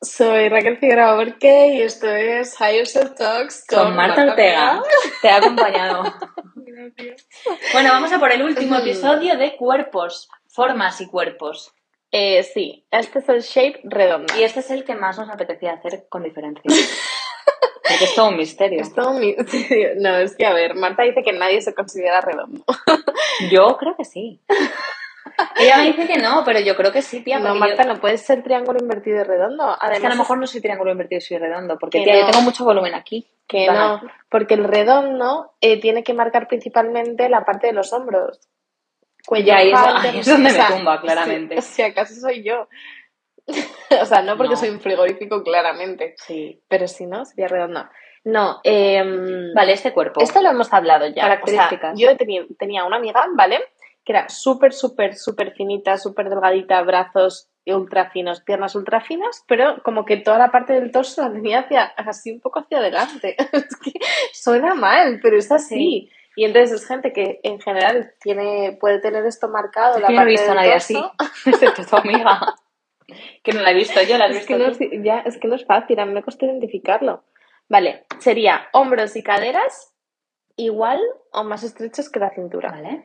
Soy Raquel Figueroa Borque y esto es Higher Self Talks Con Marta Ortega. Te ha acompañado. Gracias. Bueno, vamos a por el último episodio de cuerpos, formas y cuerpos. Sí, este es el shape redondo. Y este es el que más nos apetecía hacer con diferencia. Porque es todo un misterio. Es todo un misterio. No, es que a ver, Marta dice que nadie se considera redondo. Yo creo que sí. Ella me dice que no, pero yo creo que sí, tía. No, Marta, no puedes ser triángulo invertido y redondo. Además, es que a lo mejor no soy triángulo invertido y soy redondo, porque que tía, yo no. tengo mucho volumen aquí. Que no, porque el redondo tiene que marcar principalmente la parte de los hombros. Cuello, ahí es donde me tumba, claramente. Si acaso soy yo. O sea, no porque soy un frigorífico, claramente. Sí. Pero si no, sería redondo. No, vale, este cuerpo. Esto lo hemos hablado ya. Características. O sea, yo tenía una amiga, ¿vale? Que era súper finita, súper delgadita, brazos ultra finos, piernas ultra finas, pero como que toda la parte del torso la tenía así un poco hacia adelante. Es que suena mal, pero es así. Sí. Y entonces es gente que en general puede tener esto marcado. Es que yo no he visto a nadie así, excepto tu amiga. Que no la he visto yo, la has visto tú. Es que no es fácil, a mí me cuesta identificarlo. Vale, sería hombros y caderas igual o más estrechos que la cintura. Vale.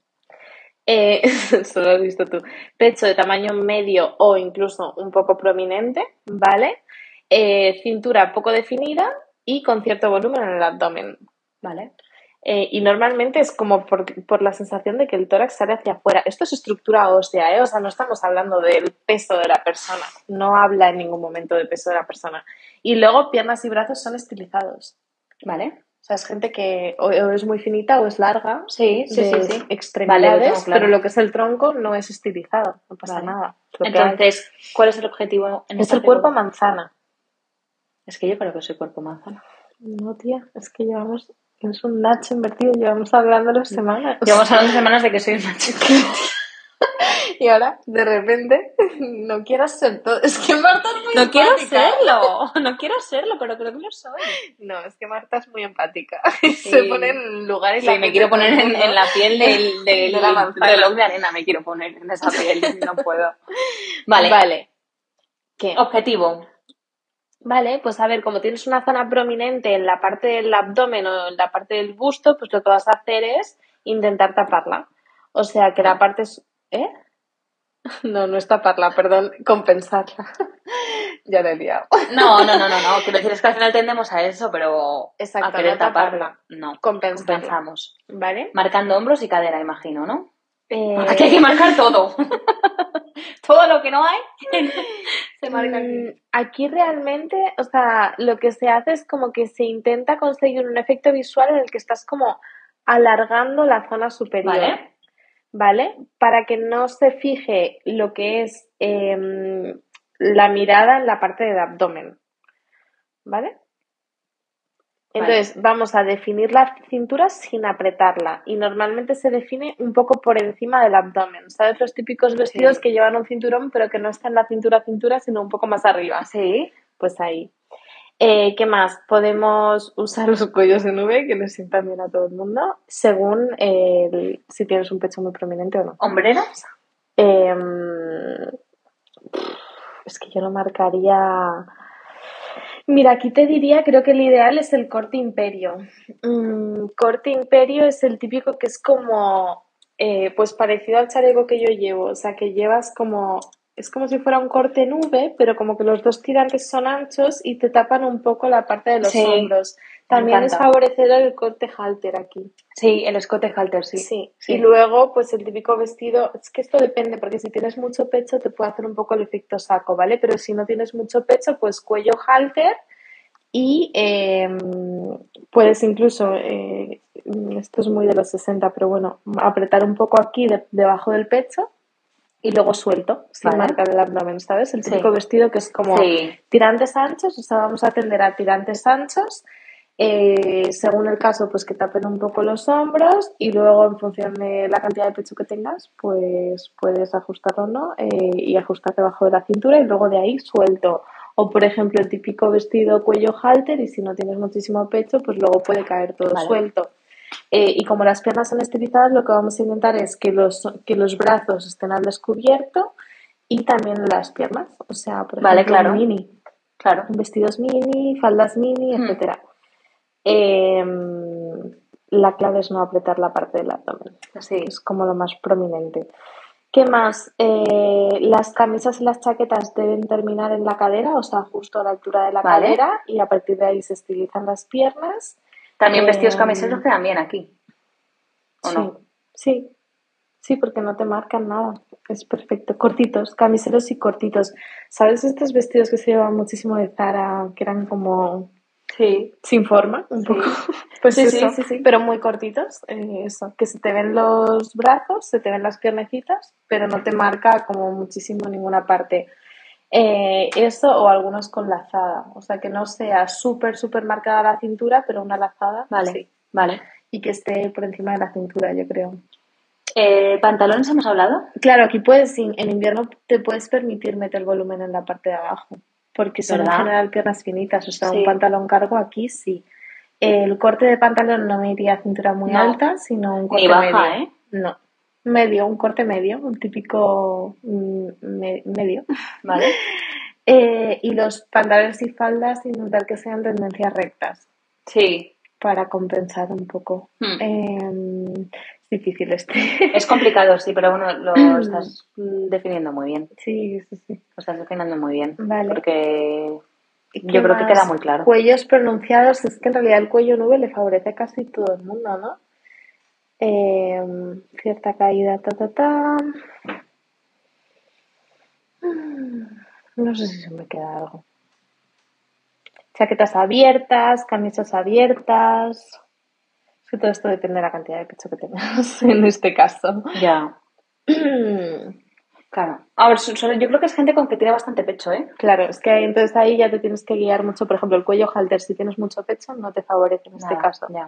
Solo lo has visto tú. Pecho de tamaño medio o incluso un poco prominente, ¿vale? Cintura poco definida y con cierto volumen en el abdomen, ¿vale? Y normalmente es como por la sensación de que el tórax sale hacia afuera. Esto es estructura ósea, ¿eh? O sea, no estamos hablando del peso de la persona. No habla en ningún momento del peso de la persona. Y luego piernas y brazos son estilizados, ¿vale? O sea, es gente que o es muy finita o es larga. Sí. Extremidades, vale, claro. Pero lo que es el tronco no es estilizado, no pasa nada. Entonces, ¿cuál es el objetivo en esta? Es el cuerpo manzana. Es que yo creo que soy cuerpo manzana. No, tía, es que llevamos... Es un Nacho invertido, llevamos hablando las semanas. Llevamos hablando semanas de que soy un Nacho invertido. Y ahora, de repente, no quieras ser todo. Es que Marta es muy empática. No quiero serlo, pero creo que lo soy. No, es que Marta es muy empática. Sí. Se pone en el lugar y sí, me quiero poner en la piel del reloj de arena, me quiero poner en esa piel, no puedo. Vale. ¿Qué? Objetivo. Vale, pues a ver, como tienes una zona prominente en la parte del abdomen o en la parte del busto, pues lo que vas a hacer es intentar taparla. O sea, que la parte... ¿Eh? No es taparla, perdón, compensarla. Ya lo he liado. No. Quiero decir, es que al final tendemos a eso, pero exacto, a querer no taparla. No, compensamos. ¿Vale? Marcando hombros y cadera, imagino, ¿no? Aquí hay que marcar todo. Todo lo que no hay se marca aquí. Aquí realmente, o sea, lo que se hace es como que se intenta conseguir un efecto visual en el que estás como alargando la zona superior. ¿Vale? Para que no se fije lo que es la mirada en la parte del abdomen. ¿Vale? Entonces vamos a definir la cintura sin apretarla y normalmente se define un poco por encima del abdomen. ¿Sabes? Los típicos vestidos que llevan un cinturón pero que no está en la cintura, sino un poco más arriba. Sí. Pues ahí. ¿Qué más? Podemos usar los cuellos de nube que les sientan bien a todo el mundo según si tienes un pecho muy prominente o no. ¿Hombreras? Es que yo lo marcaría... Mira, aquí te diría, creo que el ideal es el corte imperio. Corte imperio es el típico que es como, pues parecido al chaleco que yo llevo, o sea, que llevas como, es como si fuera un corte nube, pero como que los dos tirantes son anchos y te tapan un poco la parte de los hombros. También es favorecedor el corte halter aquí. Sí, el escote halter, sí. Y luego, pues el típico vestido, es que esto depende, porque si tienes mucho pecho te puede hacer un poco el efecto saco, ¿vale? Pero si no tienes mucho pecho, pues cuello halter y puedes incluso, esto es muy de los 60, pero bueno, apretar un poco aquí debajo del pecho y luego suelto, sin marcar el abdomen, ¿sabes? El típico vestido que es como tirantes anchos, o sea, vamos a tender a tirantes anchos. Según el caso, pues que tapen un poco los hombros y luego en función de la cantidad de pecho que tengas, pues puedes ajustarlo o no y ajustar debajo de la cintura y luego de ahí suelto. O por ejemplo el típico vestido cuello halter y si no tienes muchísimo pecho, pues luego puede caer todo suelto. Y como las piernas son estilizadas, lo que vamos a intentar es que los brazos estén al descubierto y también las piernas, o sea, por ejemplo, un mini. Claro. Vestidos mini, faldas mini, etcétera. La clave es no apretar la parte del abdomen. Sí. Es como lo más prominente. ¿Qué más? Las camisas y las chaquetas deben terminar en la cadera, o sea, justo a la altura de la Vale. cadera, y a partir de ahí se estilizan las piernas. También vestidos camiseros quedan bien aquí. ¿O Sí, no? sí, porque no te marcan nada. Es perfecto. Cortitos, camiseros y cortitos. ¿Sabes estos vestidos que se llevaban muchísimo de Zara, que eran como Sí. sin forma, un Sí. poco? Pues Sí, eso, sí. pero muy cortitos. Eso, que se te ven los brazos, se te ven las piernecitas, pero no te marca como muchísimo ninguna parte. Eso o algunos con lazada, o sea, que no sea súper marcada la cintura, pero una lazada, Vale, sí. vale. Y que esté por encima de la cintura, yo creo. ¿Pantalones hemos hablado? Claro, aquí puedes, en invierno te puedes permitir meter volumen en la parte de abajo, porque son en ¿Verdad? general piernas finitas, o sea, Sí. un pantalón cargo aquí sí. El corte de pantalón no me iría a cintura muy No. alta, sino un corte Ni baja, medio. ¿eh? No, medio, un corte medio, un típico medio. Vale. Y los pantalones y faldas intentar que sean tendencias rectas Sí. para compensar un poco. Es difícil Es complicado, sí, pero bueno, lo estás definiendo muy bien. Sí. Lo estás definiendo muy bien. Vale. Porque ¿Y yo creo que más? queda muy claro. Cuellos pronunciados, es que en realidad el cuello nube le favorece a casi todo el mundo, ¿no? Cierta caída, No sé si se me queda algo. Chaquetas abiertas, camisas abiertas. Es que todo esto depende de la cantidad de pecho que tengas en este caso. Ya. Claro. A ver, yo creo que es gente con que tiene bastante pecho, ¿eh? Claro, es que entonces ahí ya te tienes que guiar mucho. Por ejemplo, el cuello halter, si tienes mucho pecho, no te favorece en este caso. Ya.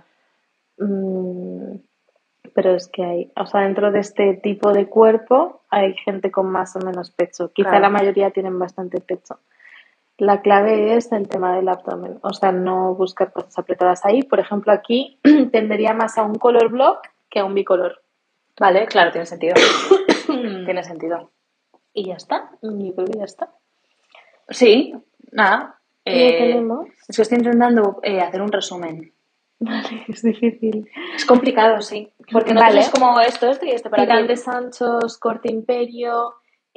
Pero es que hay, o sea, dentro de este tipo de cuerpo hay gente con más o menos pecho. Quizá Claro. la mayoría tienen bastante pecho. La clave es el tema del abdomen, o sea, no buscar cosas apretadas ahí. Por ejemplo, aquí tendería más a un color block que a un bicolor. Vale, claro, tiene sentido. Tiene sentido. Y ya está, yo creo que ya está. Sí, nada. ¿Qué tenemos? Es que estoy intentando hacer un resumen. Vale, es difícil. Es complicado, sí. Porque no Vale. es como esto y esto para ti. Tirantes anchos, corte imperio.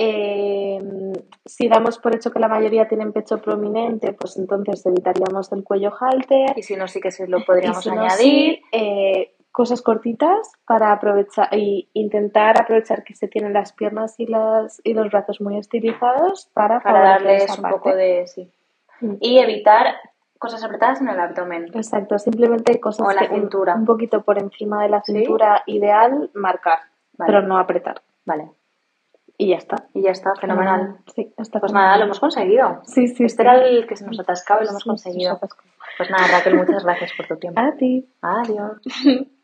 Si damos por hecho que la mayoría tienen pecho prominente, pues entonces evitaríamos el cuello halter. Y si no, sí que se lo podríamos Y si no, añadir. sí, cosas cortitas para aprovechar y intentar aprovechar que se tienen las piernas y los brazos muy estilizados para favorecer darles esa un parte. poco de... Sí. Mm. Y evitar cosas apretadas en el abdomen. Exacto, simplemente cosas O en la que cintura. un poquito por encima de la ¿Sí? cintura ideal, marcar, Vale. pero no apretar. Vale. Y ya está. Y ya está, fenomenal. Sí, está Pues fenomenal. nada, lo hemos conseguido. Sí. Este era el que se nos atascaba y lo hemos Sí, conseguido. se atascó. Pues nada, Raquel, muchas gracias por tu tiempo. A ti. Adiós.